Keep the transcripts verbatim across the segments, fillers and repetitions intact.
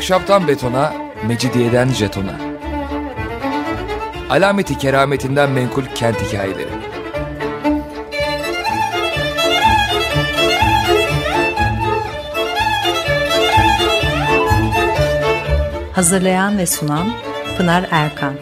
Ahşaptan betona, mecidiyeden jetona. Alameti kerametinden menkul kent hikayeleri. Hazırlayan ve sunan Pınar Erkan.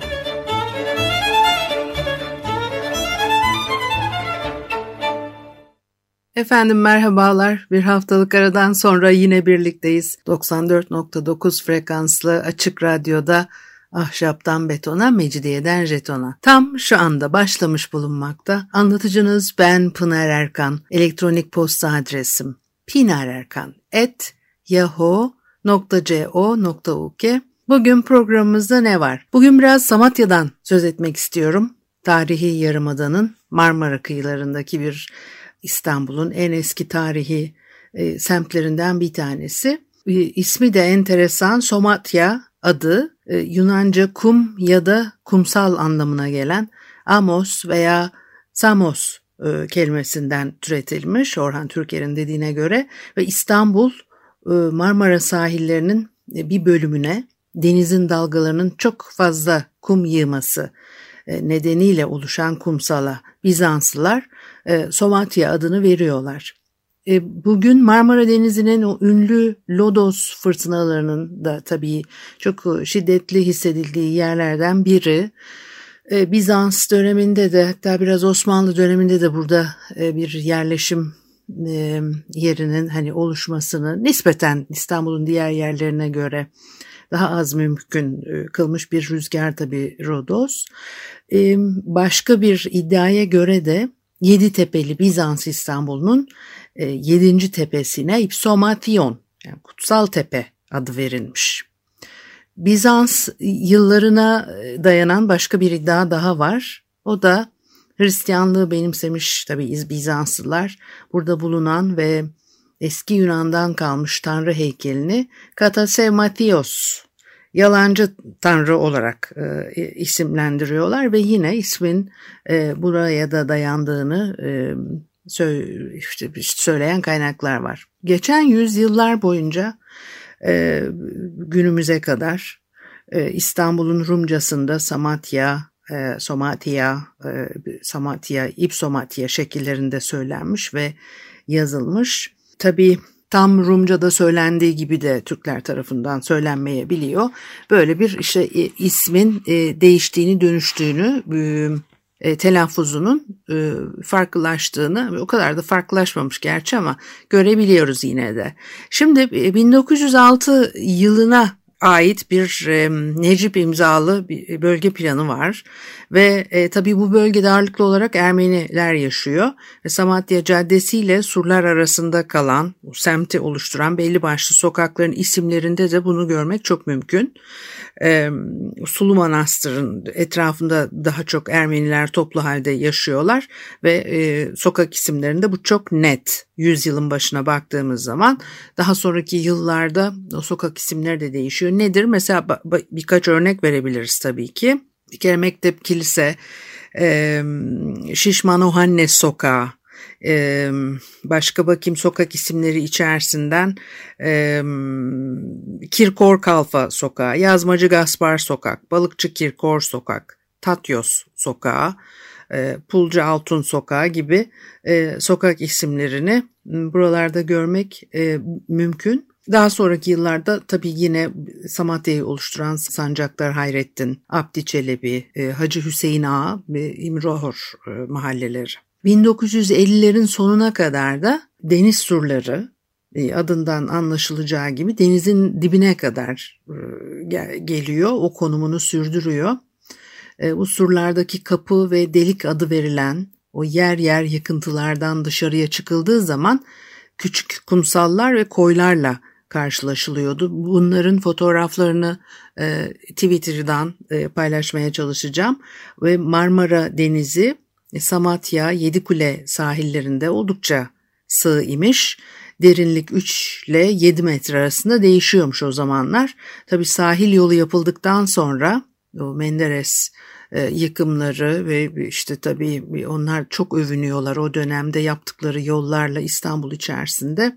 Efendim merhabalar. Bir haftalık aradan sonra yine birlikteyiz. doksan dört nokta dokuz frekanslı Açık Radyo'da Ahşaptan Betona, Mecidiyeden Jeton'a. Tam şu anda başlamış bulunmakta. Anlatıcınız ben Pınar Erkan. Elektronik posta adresim pinarerkan at yahoo nokta co nokta uk. Bugün programımızda ne var? Bugün biraz Samatya'dan söz etmek istiyorum. Tarihi Yarımada'nın Marmara kıyılarındaki bir İstanbul'un en eski tarihi e, semtlerinden bir tanesi. E, ismi de enteresan, Somatya adı e, Yunanca kum ya da kumsal anlamına gelen Amos veya Samos e, kelimesinden türetilmiş Orhan Türker'in dediğine göre ve İstanbul e, Marmara sahillerinin e, bir bölümüne denizin dalgalarının çok fazla kum yığması nedeniyle oluşan kumsala Bizanslılar Somatya adını veriyorlar. Bugün Marmara Denizi'nin o ünlü lodos fırtınalarının da tabii çok şiddetli hissedildiği yerlerden biri. Bizans döneminde de, hatta biraz Osmanlı döneminde de burada bir yerleşim yerinin hani oluşmasını nispeten İstanbul'un diğer yerlerine göre daha az mümkün kılmış bir rüzgar tabii Rodos. Başka bir iddiaya göre de Yeditepe'li Bizans İstanbul'un yedinci tepesine İpsomatyon, yani Kutsal Tepe adı verilmiş. Bizans yıllarına dayanan başka bir iddia daha var. O da Hristiyanlığı benimsemiş tabii Bizanslılar burada bulunan ve eski Yunan'dan kalmış tanrı heykelini Katasevmatios, yalancı tanrı olarak e, isimlendiriyorlar ve yine ismin e, buraya da dayandığını e, sö- işte söyleyen kaynaklar var. Geçen yüzyıllar boyunca e, günümüze kadar e, İstanbul'un Rumcasında Samatya, e, Somatya, e, Samatya, İpsomatya şekillerinde söylenmiş ve yazılmış. Tabii tam Rumca'da söylendiği gibi de Türkler tarafından söylenmeyebiliyor. Böyle bir işte ismin değiştiğini, dönüştüğünü, telaffuzunun farklılaştığını, o kadar da farklılaşmamış gerçi ama görebiliyoruz yine de. Şimdi bin dokuz yüz altı yılına ait bir e, Necip imzalı bir bölge planı var ve e, tabii bu bölgede ağırlıklı olarak Ermeniler yaşıyor ve Samatya Caddesi ile surlar arasında kalan, o semti oluşturan belli başlı sokakların isimlerinde de bunu görmek çok mümkün. E, Sulu Manastır'ın etrafında daha çok Ermeniler toplu halde yaşıyorlar ve e, sokak isimlerinde bu çok net. Yüzyılın başına baktığımız zaman daha sonraki yıllarda o sokak isimleri de değişiyor. Nedir? Mesela birkaç örnek verebiliriz tabii ki. Bir kere Mektep, Kilise, e, Şişmanohannes Sokağı, e, başka bakayım sokak isimleri içerisinden e, Kirkor Kalfa Sokağı, Yazmacı Gaspar Sokak, Balıkçı Kirkor Sokak, Tatyos Sokağı, Pulcu Altun Sokağı gibi e, sokak isimlerini buralarda görmek e, mümkün. Daha sonraki yıllarda tabii yine Samatya'yı oluşturan Sancaktar Hayrettin, Abdi Çelebi, e, Hacı Hüseyin Ağa ve İmrohor e, mahalleleri. bin dokuz yüz ellilerin sonuna kadar da deniz surları, e, adından anlaşılacağı gibi denizin dibine kadar e, gel- geliyor, o konumunu sürdürüyor. Bu surlardaki kapı ve delik adı verilen o yer yer yıkıntılardan dışarıya çıkıldığı zaman küçük kumsallar ve koylarla karşılaşılıyordu. Bunların fotoğraflarını e, Twitter'dan e, paylaşmaya çalışacağım ve Marmara Denizi Samatya, Yedikule sahillerinde oldukça sığ imiş. Derinlik üç ile yedi metre arasında değişiyormuş o zamanlar. Tabii sahil yolu yapıldıktan sonra o Menderes e, yıkımları ve işte tabii onlar çok övünüyorlar o dönemde yaptıkları yollarla İstanbul içerisinde.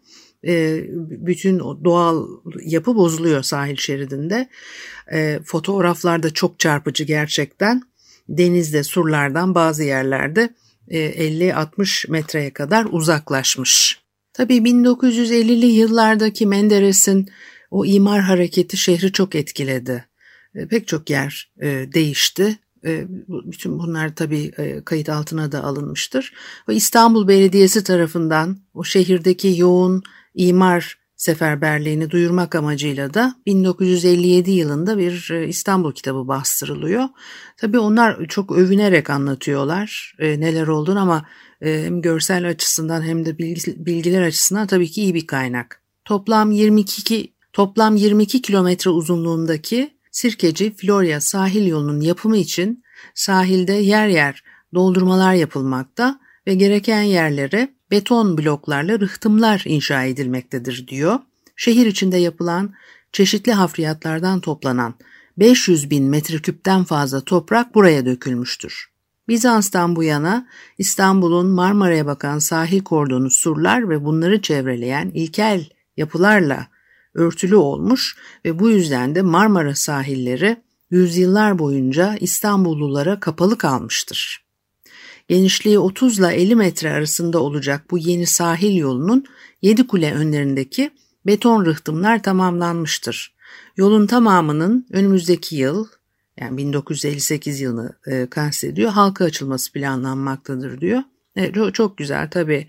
e, bütün o doğal yapı bozuluyor sahil şeridinde. E, fotoğraflar da çok çarpıcı gerçekten. Denizde surlardan bazı yerlerde e, elli altmış metreye kadar uzaklaşmış. Tabii bin dokuz yüz ellili yıllardaki Menderes'in o imar hareketi şehri çok etkiledi. E, pek çok yer e, değişti. E, bütün bunlar tabii e, kayıt altına da alınmıştır. Ve İstanbul Belediyesi tarafından o şehirdeki yoğun imar seferberliğini duyurmak amacıyla da bin dokuz yüz elli yedi yılında bir e, İstanbul kitabı bastırılıyor. Tabii onlar çok övünerek anlatıyorlar e, neler olduğunu ama e, hem görsel açısından hem de bilgi, bilgiler açısından tabii ki iyi bir kaynak. Toplam yirmi iki toplam yirmi iki kilometre uzunluğundaki Sirkeci-Florya sahil yolunun yapımı için sahilde yer yer doldurmalar yapılmakta ve gereken yerlere beton bloklarla rıhtımlar inşa edilmektedir diyor. Şehir içinde yapılan çeşitli hafriyatlardan toplanan beş yüz bin metreküpten fazla toprak buraya dökülmüştür. Bizans'tan bu yana İstanbul'un Marmara'ya bakan sahil kordonu surlar ve bunları çevreleyen ilkel yapılarla örtülü olmuş ve bu yüzden de Marmara sahilleri yüzyıllar boyunca İstanbullulara kapalı kalmıştır. Genişliği otuz ile elli metre arasında olacak bu yeni sahil yolunun Yedikule önlerindeki beton rıhtımlar tamamlanmıştır. Yolun tamamının önümüzdeki yıl, yani bin dokuz yüz elli sekiz yılını e, kastediyor, halka açılması planlanmaktadır diyor. E, çok, çok güzel tabii.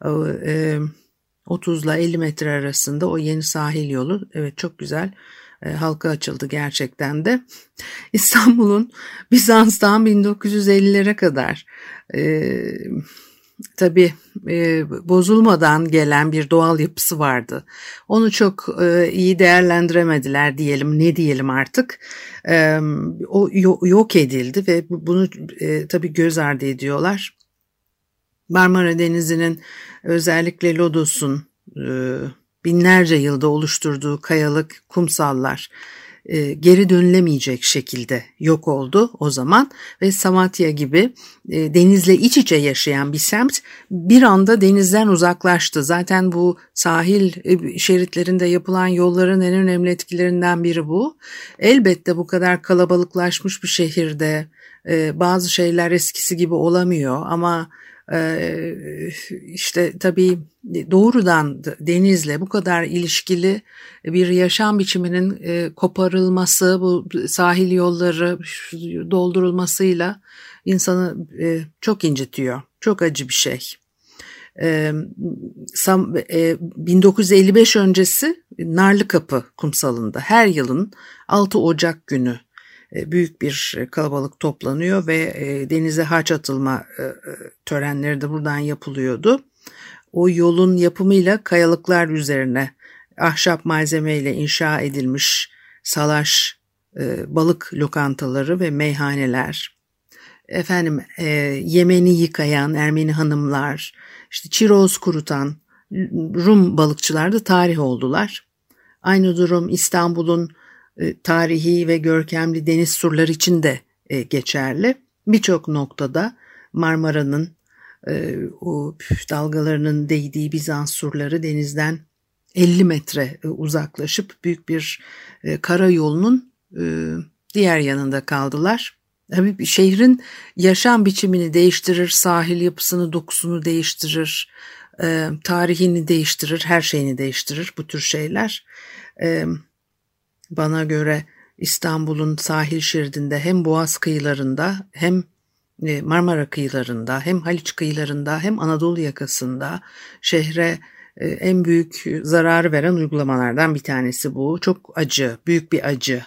E, otuz ile elli metre arasında o yeni sahil yolu, evet çok güzel e, halka açıldı gerçekten de. İstanbul'un Bizans'tan bin dokuz yüz ellilere kadar e, tabii e, bozulmadan gelen bir doğal yapısı vardı. Onu çok e, iyi değerlendiremediler diyelim, ne diyelim artık. E, o yok edildi ve bunu e, tabii göz ardı ediyorlar. Marmara Denizi'nin özellikle Lodos'un e, binlerce yılda oluşturduğu kayalık kumsallar e, geri dönülemeyecek şekilde yok oldu o zaman ve Samatya gibi e, denizle iç içe yaşayan bir semt bir anda denizden uzaklaştı. Zaten bu sahil e, şeritlerinde yapılan yolların en önemli etkilerinden biri bu. Elbette bu kadar kalabalıklaşmış bir şehirde e, bazı şeyler eskisi gibi olamıyor ama İşte tabii doğrudan denizle bu kadar ilişkili bir yaşam biçiminin koparılması, bu sahil yolları doldurulmasıyla insanı çok incitiyor. Çok acı bir şey. bin dokuz yüz elli beş öncesi Narlıkapı kumsalında her yılın altı Ocak günü büyük bir kalabalık toplanıyor ve denize harç atılma törenleri de buradan yapılıyordu. O yolun yapımıyla kayalıklar üzerine ahşap malzemeyle inşa edilmiş salaş balık lokantaları ve meyhaneler, efendim Yemen'i yıkayan Ermeni hanımlar, işte çiroz kurutan Rum balıkçılar da tarih oldular. Aynı durum İstanbul'un tarihi ve görkemli deniz surları için de geçerli. Birçok noktada Marmara'nın o dalgalarının değdiği Bizans surları denizden elli metre uzaklaşıp büyük bir karayolunun diğer yanında kaldılar. Tabii şehrin yaşam biçimini değiştirir, sahil yapısını, dokusunu değiştirir, tarihini değiştirir, her şeyini değiştirir bu tür şeyler. Bana göre İstanbul'un sahil şeridinde hem Boğaz kıyılarında hem Marmara kıyılarında hem Haliç kıyılarında hem Anadolu yakasında şehre en büyük zararı veren uygulamalardan bir tanesi bu. Çok acı, büyük bir acı.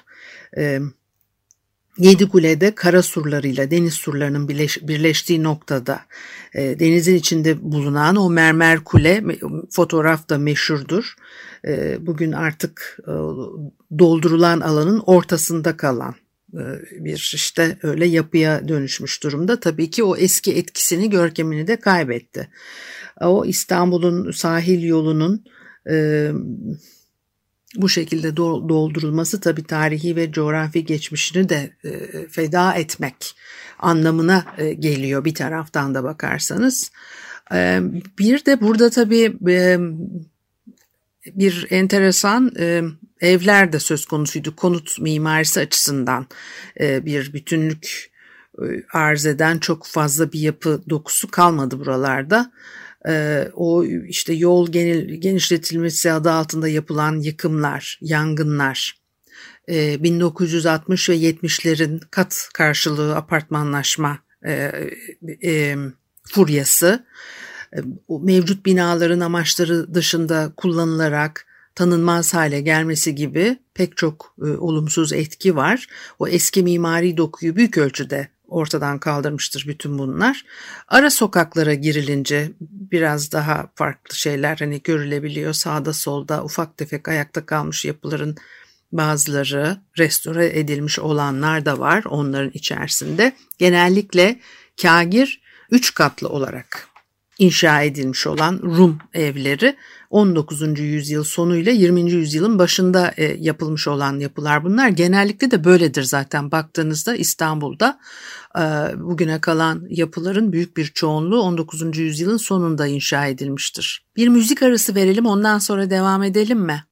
Yedikule'de kara surlarıyla deniz surlarının birleş, birleştiği noktada e, denizin içinde bulunan o mermer kule fotoğraf da meşhurdur. E, bugün artık e, doldurulan alanın ortasında kalan e, bir işte öyle yapıya dönüşmüş durumda. Tabii ki o eski etkisini, görkemini de kaybetti. O İstanbul'un sahil yolunun e, bu şekilde doldurulması tabii tarihi ve coğrafi geçmişini de e, feda etmek anlamına e, geliyor bir taraftan da bakarsanız. E, bir de burada tabii e, bir enteresan e, evler de söz konusuydu. Konut mimarisi açısından e, bir bütünlük e, arz eden çok fazla bir yapı dokusu kalmadı buralarda. E, o işte yol genel, genişletilmesi adı altında yapılan yıkımlar, yangınlar, e, bin dokuz yüz altmış ve yetmişlerin kat karşılığı apartmanlaşma e, e, furyası, o mevcut binaların amaçları dışında kullanılarak tanınmaz hale gelmesi gibi pek çok e, olumsuz etki var. O eski mimari dokuyu büyük ölçüde ortadan kaldırmıştır bütün bunlar. Ara sokaklara girilince biraz daha farklı şeyler hani görülebiliyor. Sağda solda ufak tefek ayakta kalmış yapıların bazıları restore edilmiş olanlar da var onların içerisinde. Genellikle kâgir üç katlı olarak inşa edilmiş olan Rum evleri on dokuzuncu yüzyıl sonuyla yirminci yüzyılın başında e, yapılmış olan yapılar bunlar. Genellikle de böyledir zaten baktığınızda İstanbul'da e, bugüne kalan yapıların büyük bir çoğunluğu on dokuzuncu yüzyılın sonunda inşa edilmiştir. Bir müzik arası verelim, ondan sonra devam edelim mi?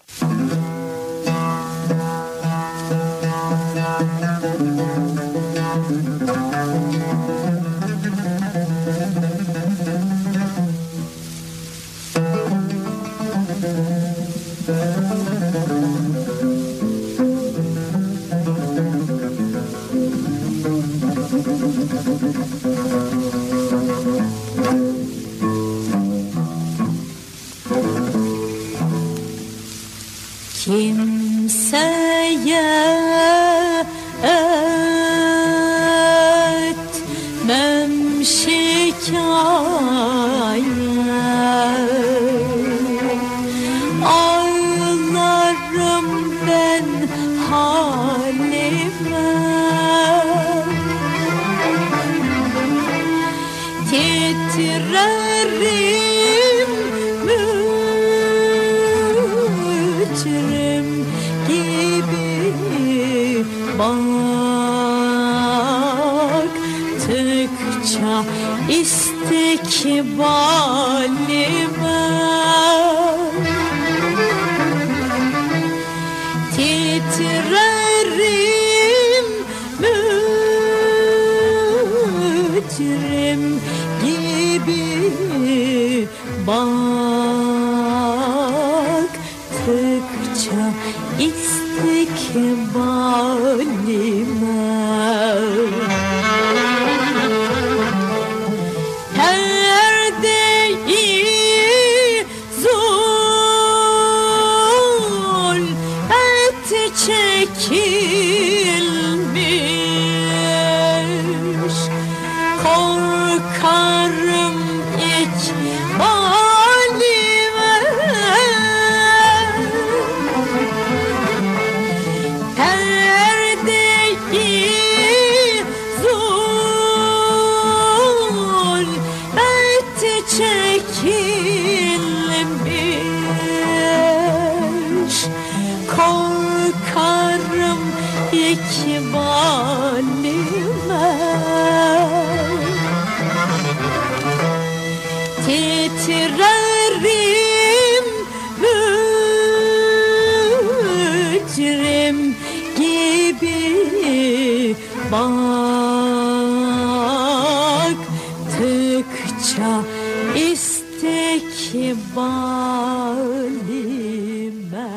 Kimseye etmem şikayet, ağlarım ben halime, titrerim mücrim gibi baktıkça istikbalime, titrerim mücrim gibi baktıkça istikbalime. Perdeyi zulmet çekilmiş, korkarım ikbalime, perdeyi zulmet çekilmiş, korkarım ikbalime, titrerim mücrim gibi baktıkça istikbalime.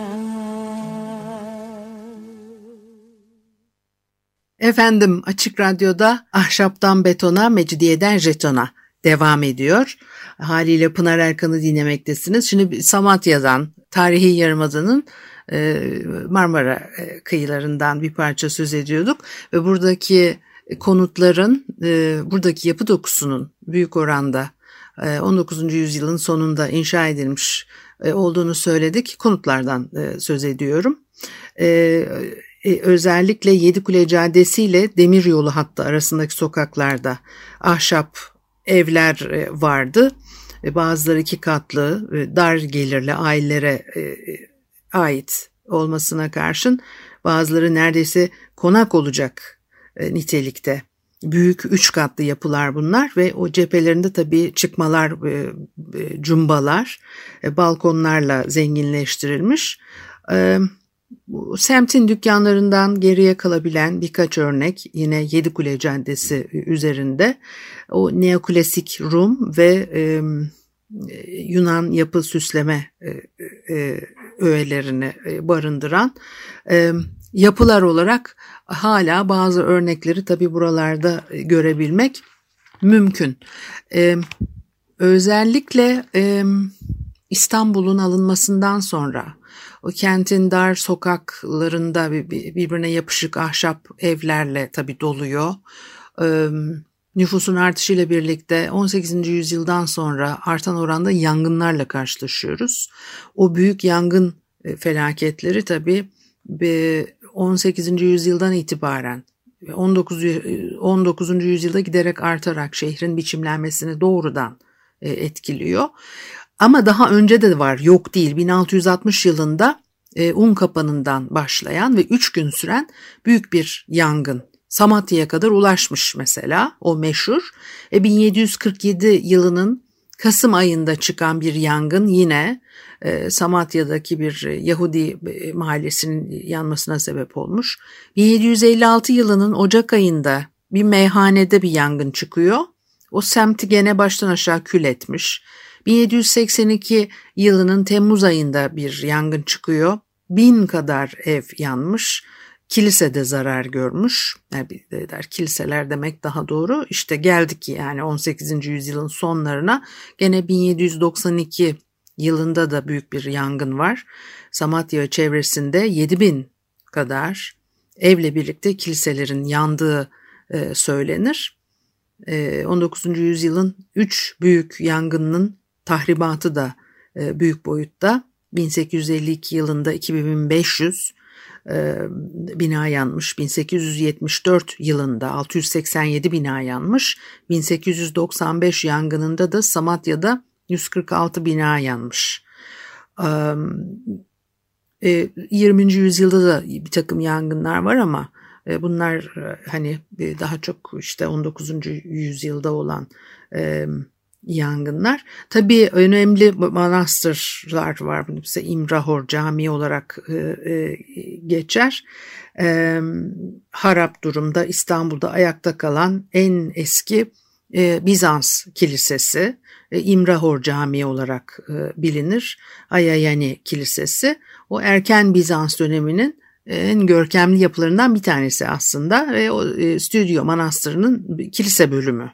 Efendim, Açık Radyo'da Ahşaptan Betona, Mecidiyeden Jeton'a devam ediyor. Haliyle Pınar Erkan'ı dinlemektesiniz. Şimdi Samatya'dan, tarihi Yarımada'nın Marmara kıyılarından bir parça söz ediyorduk ve buradaki konutların, buradaki yapı dokusunun büyük oranda on dokuzuncu yüzyılın sonunda inşa edilmiş olduğunu söyledik. Konutlardan söz ediyorum. Özellikle Yedikule Caddesi ile Demiryolu hattı arasındaki sokaklarda ahşap evler vardı. Bazıları iki katlı, dar gelirli ailelere ait olmasına karşın bazıları neredeyse konak olacak nitelikte büyük üç katlı yapılar bunlar ve o cephelerinde tabii çıkmalar, e, e, cumbalar, e, balkonlarla zenginleştirilmiş. E, bu semtin dükkanlarından geriye kalabilen birkaç örnek yine Yedikule Caddesi üzerinde o neoklasik Rum ve e, Yunan yapı süsleme e, e, öğelerini barındıran e, yapılar olarak hala bazı örnekleri tabii buralarda görebilmek mümkün. E, özellikle e, İstanbul'un alınmasından sonra o kentin dar sokaklarında birbirine yapışık ahşap evlerle tabii doluyor. E, nüfusun artışıyla birlikte on sekizinci yüzyıldan sonra artan oranda yangınlarla karşılaşıyoruz. O büyük yangın felaketleri tabii on sekizinci yüzyıldan itibaren on dokuzuncu yüzyılda giderek artarak şehrin biçimlenmesini doğrudan etkiliyor. Ama daha önce de var, yok değil. bin altı yüz altmış yılında Unkapanı'ndan başlayan ve üç gün süren büyük bir yangın Samatya'ya kadar ulaşmış mesela, o meşhur. bin yedi yüz kırk yedi yılının Kasım ayında çıkan bir yangın yine e, Samatya'daki bir Yahudi mahallesinin yanmasına sebep olmuş. bin yedi yüz elli altı yılının Ocak ayında bir meyhanede bir yangın çıkıyor. O semti gene baştan aşağı kül etmiş. bin yedi yüz seksen iki yılının Temmuz ayında bir yangın çıkıyor. Bin kadar ev yanmış. Kilise de zarar görmüş. Yani der, kiliseler demek daha doğru. İşte geldik yani on sekizinci yüzyılın sonlarına. Gene bin yedi yüz doksan iki yılında da büyük bir yangın var. Samatya çevresinde yedi bin kadar evle birlikte kiliselerin yandığı e, söylenir. E, on dokuzuncu yüzyılın üç büyük yangınının tahribatı da e, büyük boyutta. bin sekiz yüz elli iki yılında iki bin beş yüz e, bina yanmış. bin sekiz yüz yetmiş dört yılında altı yüz seksen yedi bina yanmış. bin sekiz yüz doksan beş yangınında da Samatya'da yüz kırk altı bina yanmış. E, yirminci yüzyılda da bir takım yangınlar var ama e, bunlar hani daha çok işte on dokuzuncu yüzyılda olan e, yangınlar. Tabii önemli manastırlar var. Mesela İmrahor Camii olarak e, e, geçer. E, harap durumda İstanbul'da ayakta kalan en eski e, Bizans kilisesi. E, İmrahor Camii olarak e, bilinir. Ayayani Kilisesi. O erken Bizans döneminin en görkemli yapılarından bir tanesi aslında ve o e, Stüdyo Manastırı'nın kilise bölümü.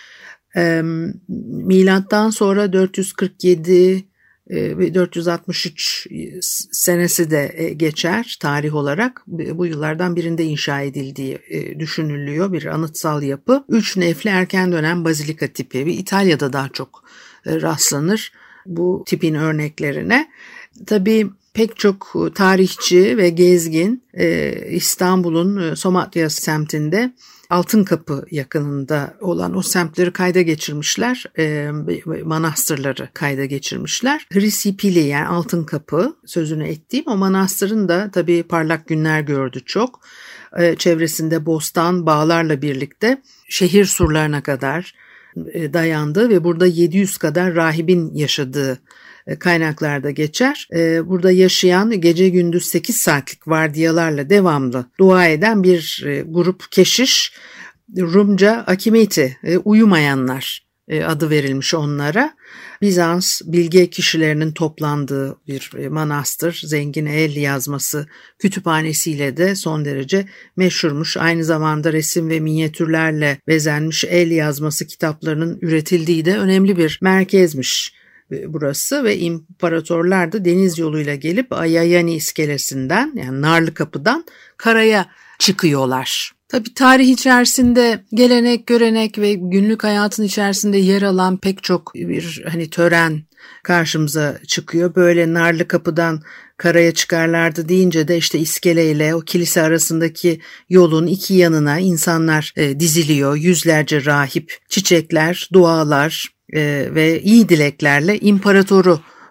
E, milattan sonra dört yüz kırk yedi ve dört yüz altmış üç senesi de geçer tarih olarak. Bu yıllardan birinde inşa edildiği düşünülüyor bir anıtsal yapı. Üç nefli erken dönem bazilika tipi ve İtalya'da daha çok rastlanır bu tipin örneklerine. Tabii pek çok tarihçi ve gezgin İstanbul'un Samatya semtinde Altınkapı yakınında olan o semtleri kayda geçirmişler, e, manastırları kayda geçirmişler. Hrisipili yani Altınkapı sözünü ettiğim o manastırın da tabii parlak günler gördü çok. E, çevresinde bostan, bağlarla birlikte şehir surlarına kadar e, dayandı ve burada yedi yüz kadar rahibin yaşadığı kaynaklarda geçer. Burada yaşayan gece gündüz sekiz saatlik vardiyalarla devamlı dua eden bir grup keşiş, Rumca akimeti, uyumayanlar adı verilmiş onlara. Bizans bilge kişilerinin toplandığı bir manastır, zengin el yazması kütüphanesiyle de son derece meşhurmuş. Aynı zamanda resim ve minyatürlerle bezenmiş el yazması kitaplarının üretildiği de önemli bir merkezmiş burası ve imparatorlar da deniz yoluyla gelip Ayayani iskelesinden yani Narlı Kapı'dan karaya çıkıyorlar. Tabii tarih içerisinde gelenek, görenek ve günlük hayatın içerisinde yer alan pek çok bir hani tören karşımıza çıkıyor. Böyle Narlı Kapı'dan karaya çıkarlardı deyince de işte iskeleyle o kilise arasındaki yolun iki yanına insanlar e, diziliyor. Yüzlerce rahip, çiçekler, dualar e, ve iyi dileklerle imparatoru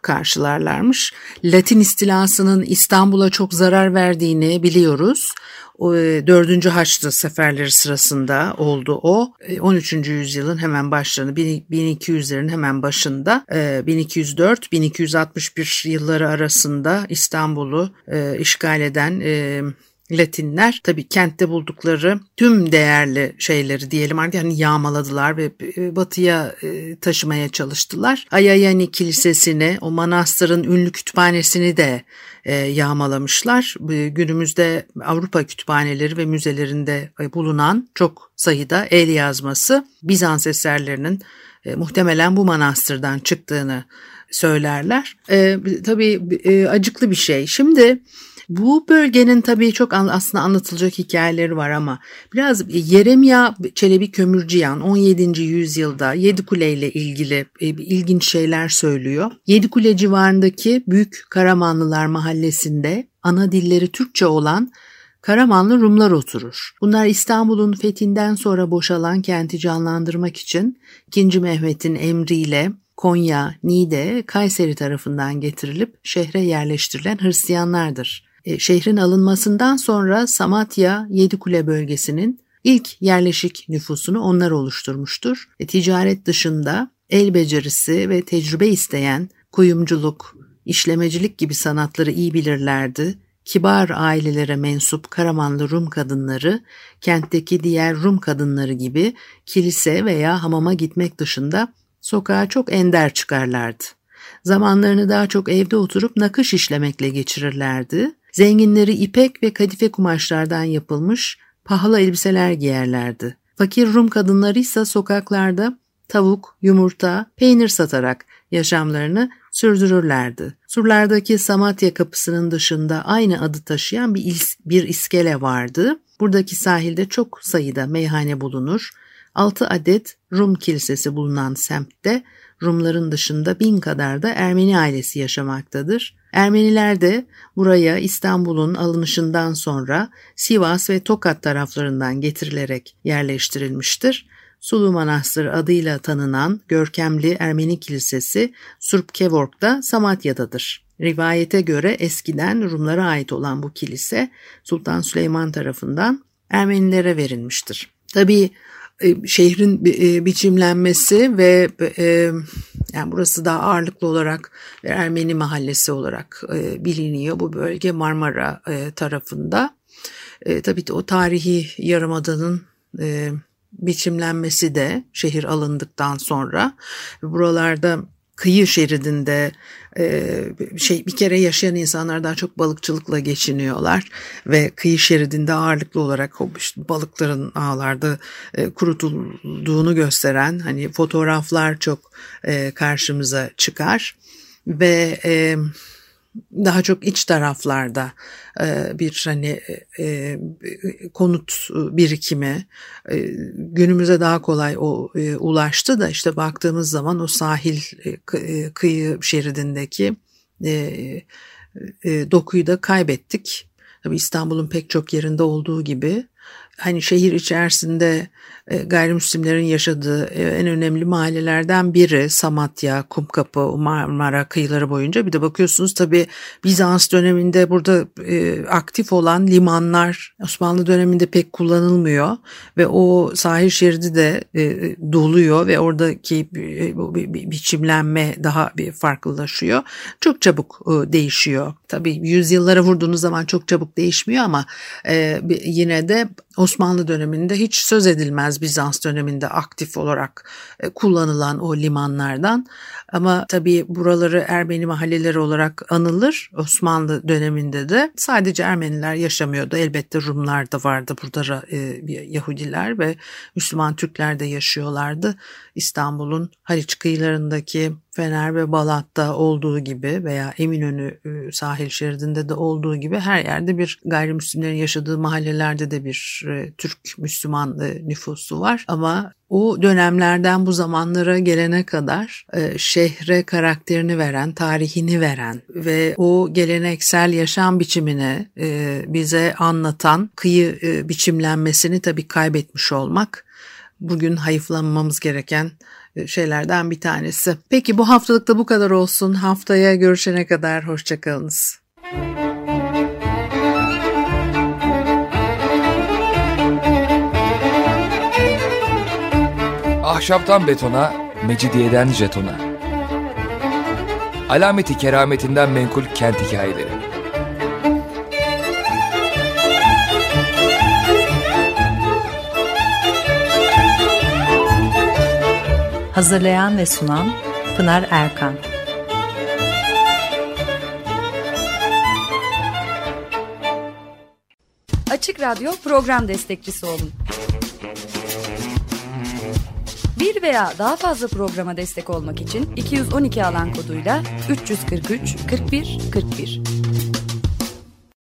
karşılarlarmış. Latin istilasının İstanbul'a çok zarar verdiğini biliyoruz. Dördüncü Haçlı seferleri sırasında oldu o. on üçüncü yüzyılın hemen başlarında, bin iki yüzlerin hemen başında, bin iki yüz dört bin iki yüz altmış bir yılları arasında İstanbul'u işgal eden Latinler tabii kentte buldukları tüm değerli şeyleri diyelim artık yani yağmaladılar ve batıya taşımaya çalıştılar. Ayayani Kilisesi'ni, o manastırın ünlü kütüphanesini de yağmalamışlar. Günümüzde Avrupa kütüphaneleri ve müzelerinde bulunan çok sayıda el yazması Bizans eserlerinin muhtemelen bu manastırdan çıktığını söylerler. Tabii acıklı bir şey. Şimdi bu bölgenin tabii çok aslında anlatılacak hikayeleri var ama biraz Yeremia Çelebi Kömürcüyan on yedinci yüzyılda Yedikule ile ilgili ilginç şeyler söylüyor. Yedikule civarındaki Büyük Karamanlılar mahallesinde ana dilleri Türkçe olan Karamanlı Rumlar oturur. Bunlar İstanbul'un fethinden sonra boşalan kenti canlandırmak için ikinci. Mehmet'in emriyle Konya, Niğde, Kayseri tarafından getirilip şehre yerleştirilen Hristiyanlardır. E, şehrin alınmasından sonra Samatya, Yedikule bölgesinin ilk yerleşik nüfusunu onlar oluşturmuştur. E, ticaret dışında el becerisi ve tecrübe isteyen kuyumculuk, işlemecilik gibi sanatları iyi bilirlerdi. Kibar ailelere mensup Karamanlı Rum kadınları, kentteki diğer Rum kadınları gibi kilise veya hamama gitmek dışında sokağa çok ender çıkarlardı. Zamanlarını daha çok evde oturup nakış işlemekle geçirirlerdi. Zenginleri ipek ve kadife kumaşlardan yapılmış pahalı elbiseler giyerlerdi. Fakir Rum kadınları ise sokaklarda tavuk, yumurta, peynir satarak yaşamlarını sürdürürlerdi. Surlardaki Samatya kapısının dışında aynı adı taşıyan bir, is- bir iskele vardı. Buradaki sahilde çok sayıda meyhane bulunur. Altı adet Rum kilisesi bulunan semtte Rumların dışında bin kadar da Ermeni ailesi yaşamaktadır. Ermeniler de buraya İstanbul'un alınışından sonra Sivas ve Tokat taraflarından getirilerek yerleştirilmiştir. Sulu Manastır adıyla tanınan görkemli Ermeni kilisesi Surpkevork'ta Samatya'dadır. Rivayete göre eskiden Rumlara ait olan bu kilise Sultan Süleyman tarafından Ermenilere verilmiştir. Tabii şehrin biçimlenmesi ve yani burası daha ağırlıklı olarak Ermeni mahallesi olarak biliniyor. Bu bölge Marmara tarafında. Tabii o tarihi yarımadanın biçimlenmesi de şehir alındıktan sonra buralarda kıyı şeridinde şey bir kere yaşayan insanlar daha çok balıkçılıkla geçiniyorlar ve kıyı şeridinde ağırlıklı olarak o işte balıkların ağlarda kurutulduğunu gösteren hani fotoğraflar çok karşımıza çıkar ve daha çok iç taraflarda bir hani konut birikimi günümüze daha kolay o ulaştı da işte baktığımız zaman o sahil kıyı şeridindeki dokuyu da kaybettik. Tabii İstanbul'un pek çok yerinde olduğu gibi hani şehir içerisinde gayrimüslimlerin yaşadığı en önemli mahallelerden biri Samatya, Kumkapı, Marmara kıyıları boyunca. Bir de bakıyorsunuz tabii Bizans döneminde burada aktif olan limanlar Osmanlı döneminde pek kullanılmıyor ve o sahil şeridi de doluyor ve oradaki biçimlenme daha bir farklılaşıyor. Çok çabuk değişiyor. Tabii yüzyıllara vurduğunuz zaman çok çabuk değişmiyor ama yine de Osmanlı döneminde hiç söz edilmez Bizans döneminde aktif olarak kullanılan o limanlardan. Ama tabii buraları Ermeni mahalleleri olarak anılır. Osmanlı döneminde de sadece Ermeniler yaşamıyordu. Elbette Rumlar da vardı burada, Yahudiler ve Müslüman Türkler de yaşıyorlardı. İstanbul'un Haliç kıyılarındaki Fener ve Balat'ta olduğu gibi veya Eminönü sahil şeridinde de olduğu gibi her yerde bir gayrimüslimlerin yaşadığı mahallelerde de bir Türk Müslüman nüfusu var. Ama o dönemlerden bu zamanlara gelene kadar şehre karakterini veren, tarihini veren ve o geleneksel yaşam biçimini bize anlatan kıyı biçimlenmesini tabii kaybetmiş olmak bugün hayıflanmamız gereken şeylerden bir tanesi. Peki bu haftalıkta bu kadar olsun. Haftaya görüşene kadar hoşçakalınız. Ahşaptan betona, mecidiyeden jetona. Alameti kerametinden menkul kent hikayeleri. Hazırlayan ve sunan Pınar Erkan. Açık Radyo program destekçisi olun. Bir veya daha fazla programa destek olmak için iki yüz on iki alan koduyla üç yüz kırk üç kırk bir kırk bir.